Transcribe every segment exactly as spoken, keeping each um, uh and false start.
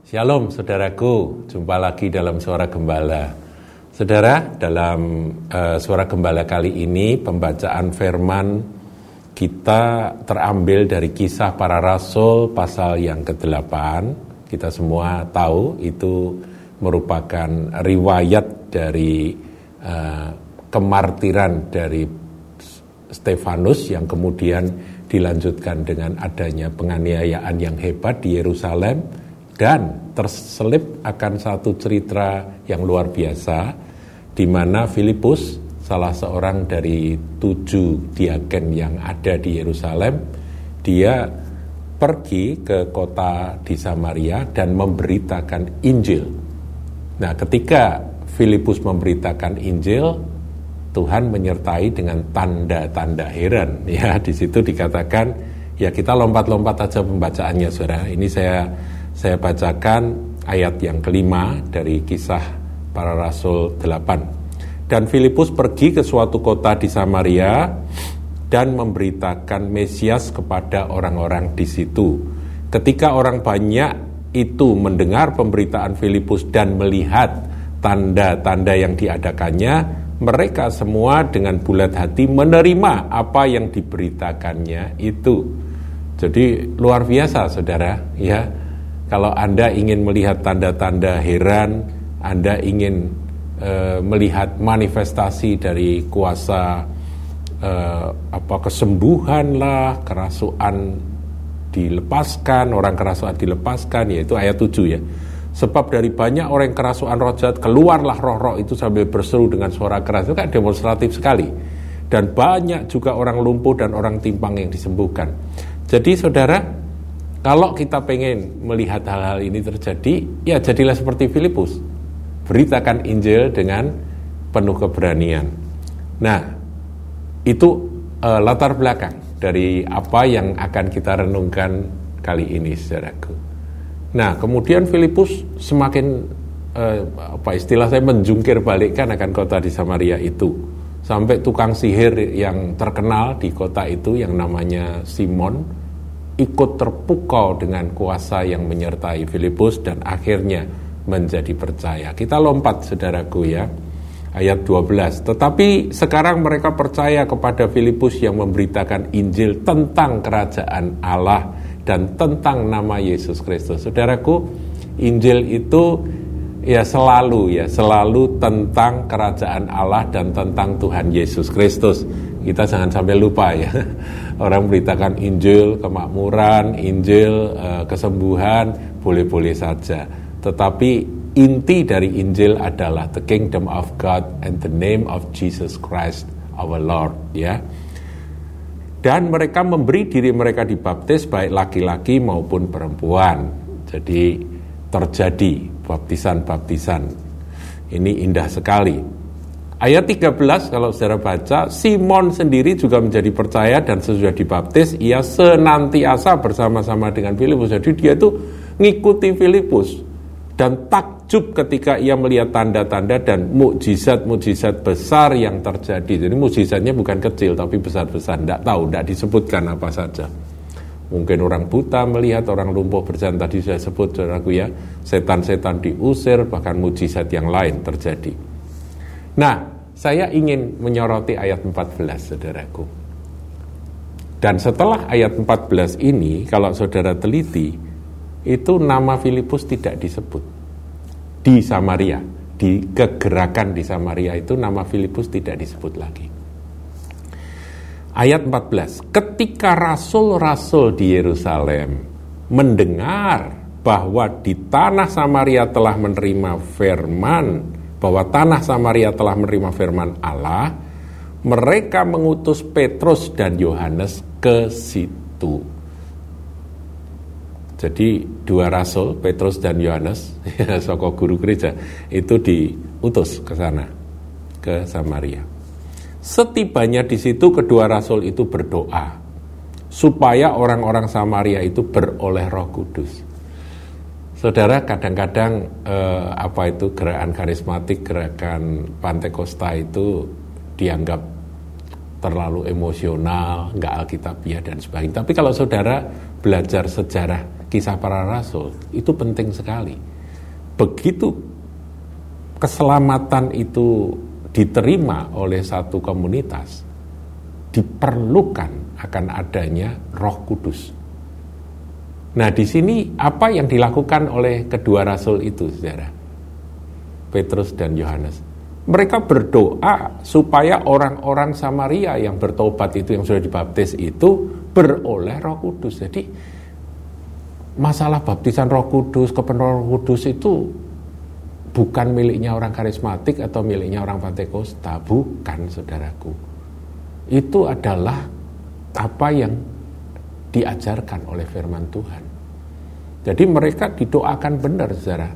Shalom saudaraku, jumpa lagi dalam Suara Gembala. Saudara, dalam uh, Suara Gembala kali ini pembacaan firman kita terambil dari Kisah Para Rasul pasal yang kedelapan. Kita semua tahu itu merupakan riwayat dari uh, kemartiran dari Stefanus yang kemudian dilanjutkan dengan adanya penganiayaan yang hebat di Yerusalem. Dan terselip akan satu cerita yang luar biasa, di mana Filipus, salah seorang dari tujuh diaken yang ada di Yerusalem, dia pergi ke kota di Samaria dan memberitakan Injil. Nah, ketika Filipus memberitakan Injil, Tuhan menyertai dengan tanda-tanda heran. Ya, di situ dikatakan, ya kita lompat-lompat aja pembacaannya, saudara. Ini saya Saya bacakan ayat yang kelima dari Kisah Para Rasul delapan. Dan Filipus pergi ke suatu kota di Samaria dan memberitakan Mesias kepada orang-orang di situ. Ketika orang banyak itu mendengar pemberitaan Filipus dan melihat tanda-tanda yang diadakannya, mereka semua dengan bulat hati menerima apa yang diberitakannya itu. Jadi luar biasa, saudara, ya. Kalau Anda ingin melihat tanda-tanda heran, Anda ingin e, melihat manifestasi dari kuasa e, apa kesembuhan lah, kerasuan dilepaskan, orang kerasuan dilepaskan, yaitu ayat tujuh ya. Sebab dari banyak orang kerasuan roh jahat keluarlah roh-roh itu sambil berseru dengan suara keras. Itu kan demonstratif sekali. Dan banyak juga orang lumpuh dan orang timpang yang disembuhkan. Jadi saudara, kalau kita pengen melihat hal-hal ini terjadi, ya jadilah seperti Filipus. Beritakan Injil dengan penuh keberanian. Nah, itu e, latar belakang dari apa yang akan kita renungkan kali ini, saudaraku. Nah, kemudian Filipus semakin, e, apa istilah saya, menjungkir balikkan akan kota di Samaria itu. Sampai tukang sihir yang terkenal di kota itu yang namanya Simon ikut terpukau dengan kuasa yang menyertai Filipus dan akhirnya menjadi percaya. Kita lompat, saudaraku, ya. Ayat dua belas. Tetapi sekarang mereka percaya kepada Filipus yang memberitakan Injil tentang kerajaan Allah dan tentang nama Yesus Kristus. Saudaraku, Injil itu ya selalu ya, selalu tentang kerajaan Allah dan tentang Tuhan Yesus Kristus. Kita jangan sampai lupa ya. Orang beritakan Injil kemakmuran, Injil uh, kesembuhan, boleh-boleh saja. Tetapi inti dari Injil adalah the kingdom of God and the name of Jesus Christ our Lord, ya. Dan mereka memberi diri mereka dibaptis baik laki-laki maupun perempuan. Jadi terjadi baptisan-baptisan. Ini indah sekali. Ayat tiga belas kalau saudara baca, Simon sendiri juga menjadi percaya dan sesudah dibaptis, ia senantiasa bersama-sama dengan Filipus. Jadi dia itu ngikuti Filipus dan takjub ketika ia melihat tanda-tanda dan mukjizat-mukjizat besar yang terjadi. Jadi mukjizatnya bukan kecil tapi besar-besar, tidak tahu, tidak disebutkan apa saja. Mungkin orang buta melihat, orang lumpuh berjalan, tadi saya sebut, saudaraku ya, setan-setan diusir, bahkan mukjizat yang lain terjadi. Nah, saya ingin menyoroti ayat empat belas, saudaraku. Dan setelah ayat empat belas ini, kalau saudara teliti, itu nama Filipus tidak disebut. Di Samaria, di kegerakan di Samaria itu nama Filipus tidak disebut lagi. Ayat empat belas, ketika rasul-rasul di Yerusalem mendengar bahwa di tanah Samaria telah menerima firman, bahwa tanah Samaria telah menerima firman Allah, mereka mengutus Petrus dan Yohanes ke situ. Jadi dua rasul, Petrus dan Yohanes, soko guru gereja, itu diutus ke sana, ke Samaria. Setibanya di situ, kedua rasul itu berdoa supaya orang-orang Samaria itu beroleh Roh Kudus. Saudara, kadang-kadang eh, apa itu gerakan karismatik, gerakan Pantekosta itu dianggap terlalu emosional, nggak alkitabiah dan sebagainya. Tapi kalau saudara belajar sejarah kisah para rasul, itu penting sekali. Begitu keselamatan itu diterima oleh satu komunitas, diperlukan akan adanya Roh Kudus. Nah, di sini apa yang dilakukan oleh kedua rasul itu, saudara? Petrus dan Yohanes. Mereka berdoa supaya orang-orang Samaria yang bertobat itu, yang sudah dibaptis itu, beroleh Roh Kudus. Jadi masalah baptisan Roh Kudus, kepenuhan Roh Kudus itu bukan miliknya orang karismatik atau miliknya orang Pantekosta, bukan, saudaraku. Itu adalah apa yang diajarkan oleh firman Tuhan. Jadi mereka didoakan benar, saudara.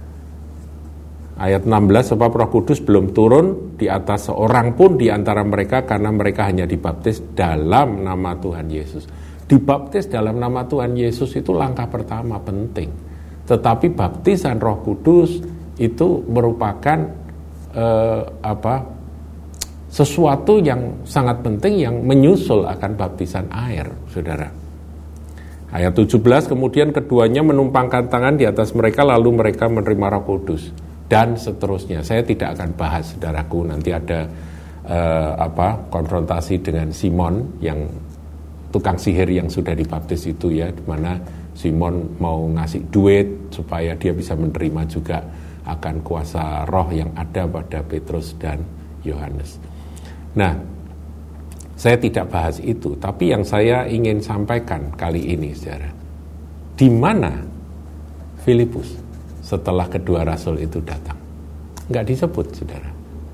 Ayat enam belas, sebab Roh Kudus belum turun di atas seorang pun di antara mereka karena mereka hanya dibaptis dalam nama Tuhan Yesus. Dibaptis dalam nama Tuhan Yesus itu langkah pertama penting. Tetapi baptisan Roh Kudus itu merupakan eh, apa sesuatu yang sangat penting yang menyusul akan baptisan air, saudara. Ayat tujuh belas, kemudian keduanya menumpangkan tangan di atas mereka lalu mereka menerima Roh Kudus. Dan seterusnya. Saya tidak akan bahas, saudaraku, nanti ada uh, apa konfrontasi dengan Simon yang tukang sihir yang sudah dibaptis itu ya, di mana Simon mau ngasih duit supaya dia bisa menerima juga akan kuasa roh yang ada pada Petrus dan Yohanes. Nah, saya tidak bahas itu, tapi yang saya ingin sampaikan kali ini, saudara, di mana Filipus setelah kedua rasul itu datang? Enggak disebut, saudara.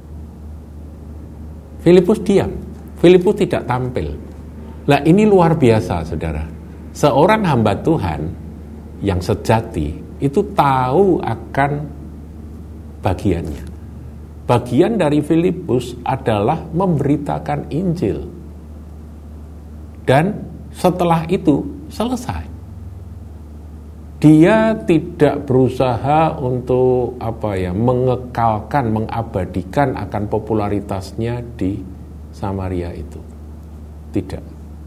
Filipus diam. Filipus tidak tampil. Nah, ini luar biasa, saudara. Seorang hamba Tuhan yang sejati itu tahu akan bagiannya. Bagian dari Filipus adalah memberitakan Injil. Dan setelah itu selesai. Dia tidak berusaha untuk apa ya, mengekalkan, mengabadikan akan popularitasnya di Samaria itu. Tidak.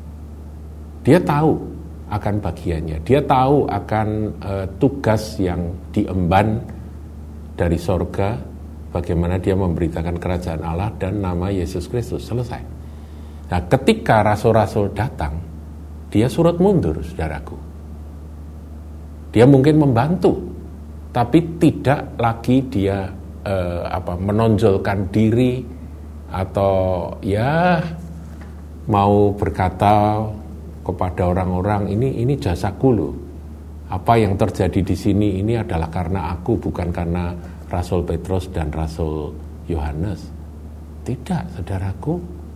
Dia tahu akan bagiannya. Dia tahu akan uh, tugas yang diemban dari sorga, bagaimana dia memberitakan kerajaan Allah dan nama Yesus Kristus. Selesai. Nah, ketika rasul-rasul datang, dia surut mundur, saudaraku. Dia mungkin membantu, tapi tidak lagi dia eh, apa menonjolkan diri atau ya mau berkata kepada orang-orang ini ini jasaku loh. Apa yang terjadi di sini ini adalah karena aku, bukan karena Rasul Petrus dan Rasul Yohanes. Tidak, saudaraku.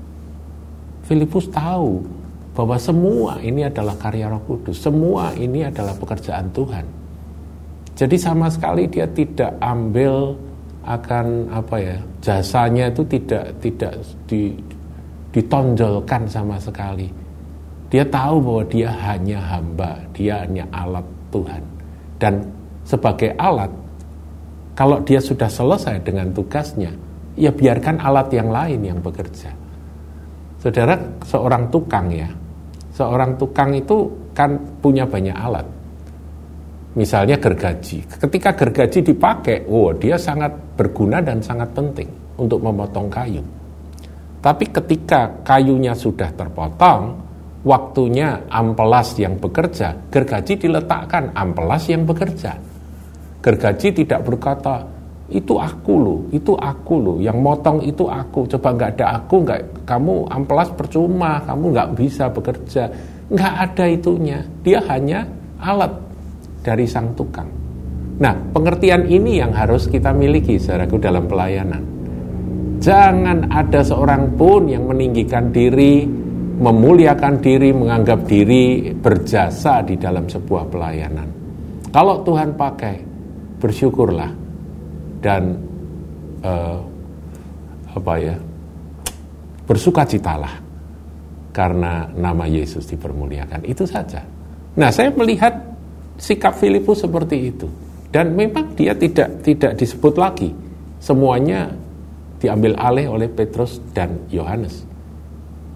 Filipus tahu bahwa semua ini adalah karya Roh Kudus, semua ini adalah pekerjaan Tuhan. Jadi sama sekali dia tidak ambil akan apa ya, jasanya itu tidak tidak di, ditonjolkan sama sekali. Dia tahu bahwa dia hanya hamba, dia hanya alat Tuhan. Dan sebagai alat, kalau dia sudah selesai dengan tugasnya, ya biarkan alat yang lain yang bekerja. Saudara, seorang tukang ya, seorang tukang itu kan punya banyak alat. Misalnya gergaji. Ketika gergaji dipakai, oh dia sangat berguna dan sangat penting untuk memotong kayu. Tapi ketika kayunya sudah terpotong, waktunya ampelas yang bekerja, gergaji diletakkan, ampelas yang bekerja. Gergaji tidak berkata, itu aku loh, itu aku loh, yang motong itu aku, coba nggak ada aku, nggak, kamu ampelas percuma, kamu nggak bisa bekerja. Nggak ada itunya, dia hanya alat dari sang tukang. Nah, pengertian ini yang harus kita miliki, saudaraku, dalam pelayanan. Jangan ada seorang pun yang meninggikan diri, memuliakan diri, menganggap diri berjasa di dalam sebuah pelayanan. Kalau Tuhan pakai, bersyukurlah dan uh, apa ya, bersukacitalah karena nama Yesus dipermuliakan. Itu saja. Nah, saya melihat sikap Filipus seperti itu, dan memang dia tidak tidak disebut lagi, semuanya diambil alih oleh Petrus dan Yohanes.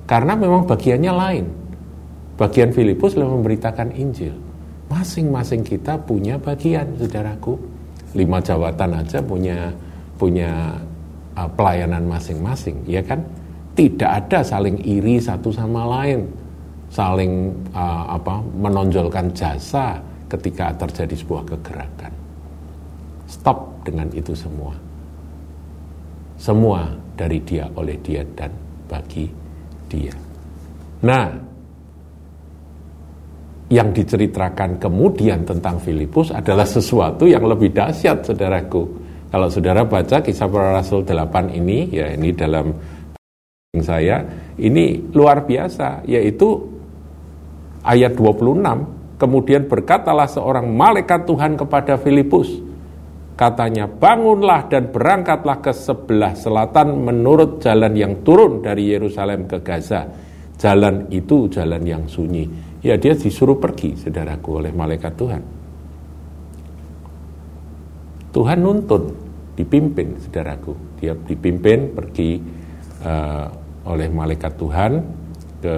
Karena memang bagiannya lain. Bagian Filipus adalah memberitakan Injil. Masing-masing kita punya bagian, saudaraku. Lima jawatan aja punya punya uh, pelayanan masing-masing, ya kan? Tidak ada saling iri satu sama lain, saling uh, apa menonjolkan jasa ketika terjadi sebuah kegerakan. Stop dengan itu semua. Semua dari Dia, oleh Dia, dan bagi Dia. Nah, yang diceritakan kemudian tentang Filipus adalah sesuatu yang lebih dahsyat, saudaraku. Kalau saudara baca Kisah Para Rasul delapan ini, ya ini dalam saya, ini luar biasa, yaitu ayat dua puluh enam, kemudian berkatalah seorang malaikat Tuhan kepada Filipus, katanya, bangunlah dan berangkatlah ke sebelah selatan menurut jalan yang turun dari Yerusalem ke Gaza. Jalan itu jalan yang sunyi. Ya, dia disuruh pergi, saudaraku, oleh malaikat Tuhan. Tuhan nuntun, dipimpin, saudaraku. Dia dipimpin pergi uh, oleh malaikat Tuhan ke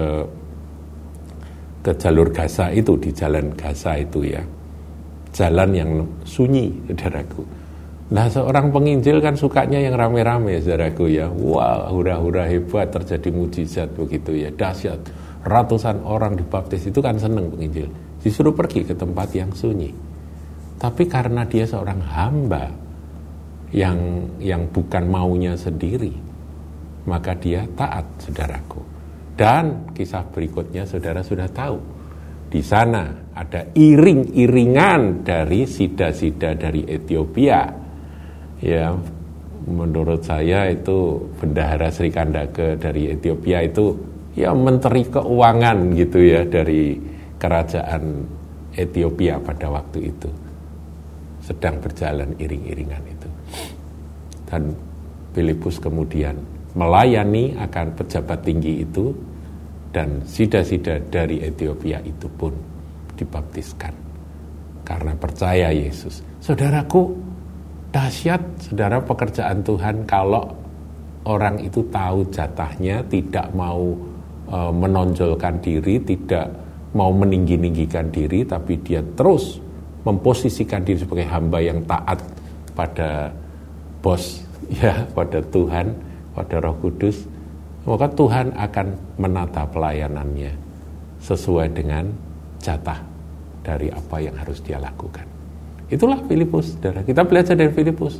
ke jalur Gaza itu, di jalan Gaza itu ya. Jalan yang sunyi, saudaraku. Nah, seorang penginjil kan sukanya yang rame-rame, saudaraku ya. Wah, hura-hura hebat, terjadi mujizat begitu ya, dahsyat. Ratusan orang dibaptis, itu kan seneng penginjil. Disuruh pergi ke tempat yang sunyi. Tapi karena dia seorang hamba yang yang bukan maunya sendiri, maka dia taat, saudaraku. Dan kisah berikutnya saudara sudah tahu. Di sana ada iring-iringan dari sida-sida dari Ethiopia. Ya, menurut saya itu bendahara Sri Kandake dari Ethiopia itu ya menteri keuangan gitu ya dari kerajaan Ethiopia pada waktu itu. Sedang berjalan iring-iringan itu. Dan Filipus kemudian melayani akan pejabat tinggi itu, dan sida-sida dari Ethiopia itu pun dibaptiskan karena percaya Yesus. Saudaraku, dahsyat, saudara, pekerjaan Tuhan kalau orang itu tahu jatahnya, tidak mau e, menonjolkan diri, tidak mau meninggi-ninggikan diri, tapi dia terus memposisikan diri sebagai hamba yang taat pada bos, ya, pada Tuhan, pada Roh Kudus, maka Tuhan akan menata pelayanannya sesuai dengan jatah dari apa yang harus dia lakukan. Itulah Filipus, saudara. Kita belajar dari Filipus.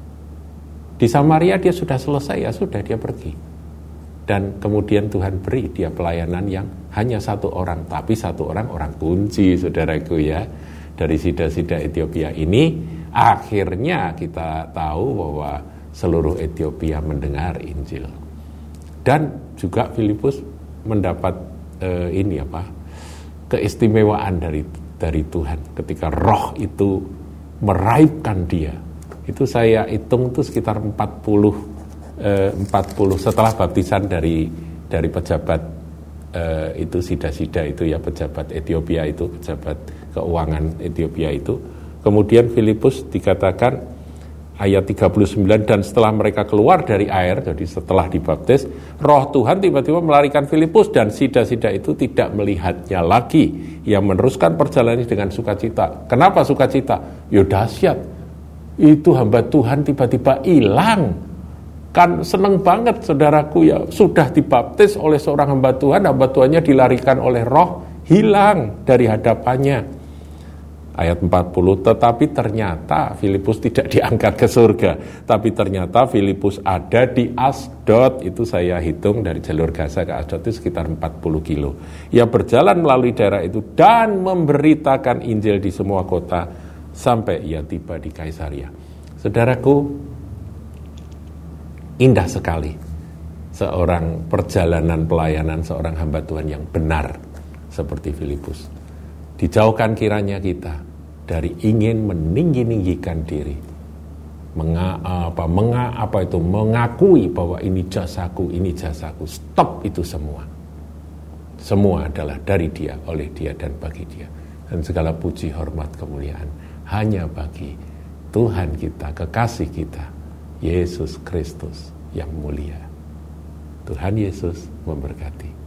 Di Samaria dia sudah selesai, ya sudah, dia pergi. Dan kemudian Tuhan beri dia pelayanan yang hanya satu orang, tapi satu orang orang kunci, saudaraku ya. Dari sida-sida Ethiopia ini, akhirnya kita tahu bahwa seluruh Ethiopia mendengar Injil. Dan juga Filipus mendapat eh, ini apa keistimewaan dari dari Tuhan ketika Roh itu meraibkan dia. Itu saya hitung itu sekitar empat puluh eh, empat puluh setelah baptisan dari dari pejabat eh, itu sida-sida itu ya, pejabat Ethiopia itu, pejabat keuangan Ethiopia itu. Kemudian Filipus dikatakan ayat tiga puluh sembilan, dan setelah mereka keluar dari air, jadi setelah dibaptis, Roh Tuhan tiba-tiba melarikan Filipus, dan sida-sida itu tidak melihatnya lagi. Ia meneruskan perjalanannya dengan sukacita. Kenapa sukacita? Ya dahsyat, itu hamba Tuhan tiba-tiba hilang. Kan seneng banget, saudaraku ya, sudah dibaptis oleh seorang hamba Tuhan, hamba Tuhannya dilarikan oleh Roh, hilang dari hadapannya. Ayat empat puluh, tetapi ternyata Filipus tidak diangkat ke surga, tapi ternyata Filipus ada di Asdod. Itu saya hitung dari jalur Gaza ke Asdod itu sekitar empat puluh kilo. Ia berjalan melalui daerah itu dan memberitakan Injil di semua kota sampai ia tiba di Kaisaria. Saudaraku, indah sekali seorang perjalanan pelayanan seorang hamba Tuhan yang benar seperti Filipus. Dijauhkan kiranya kita dari ingin meninggi-ninggikan diri, Menga, apa, menga, apa itu, mengakui bahwa ini jasaku, ini jasaku. Stop itu semua. Semua adalah dari Dia, oleh Dia, dan bagi Dia. Dan segala puji, hormat, kemuliaan hanya bagi Tuhan kita, kekasih kita, Yesus Kristus yang mulia. Tuhan Yesus memberkati.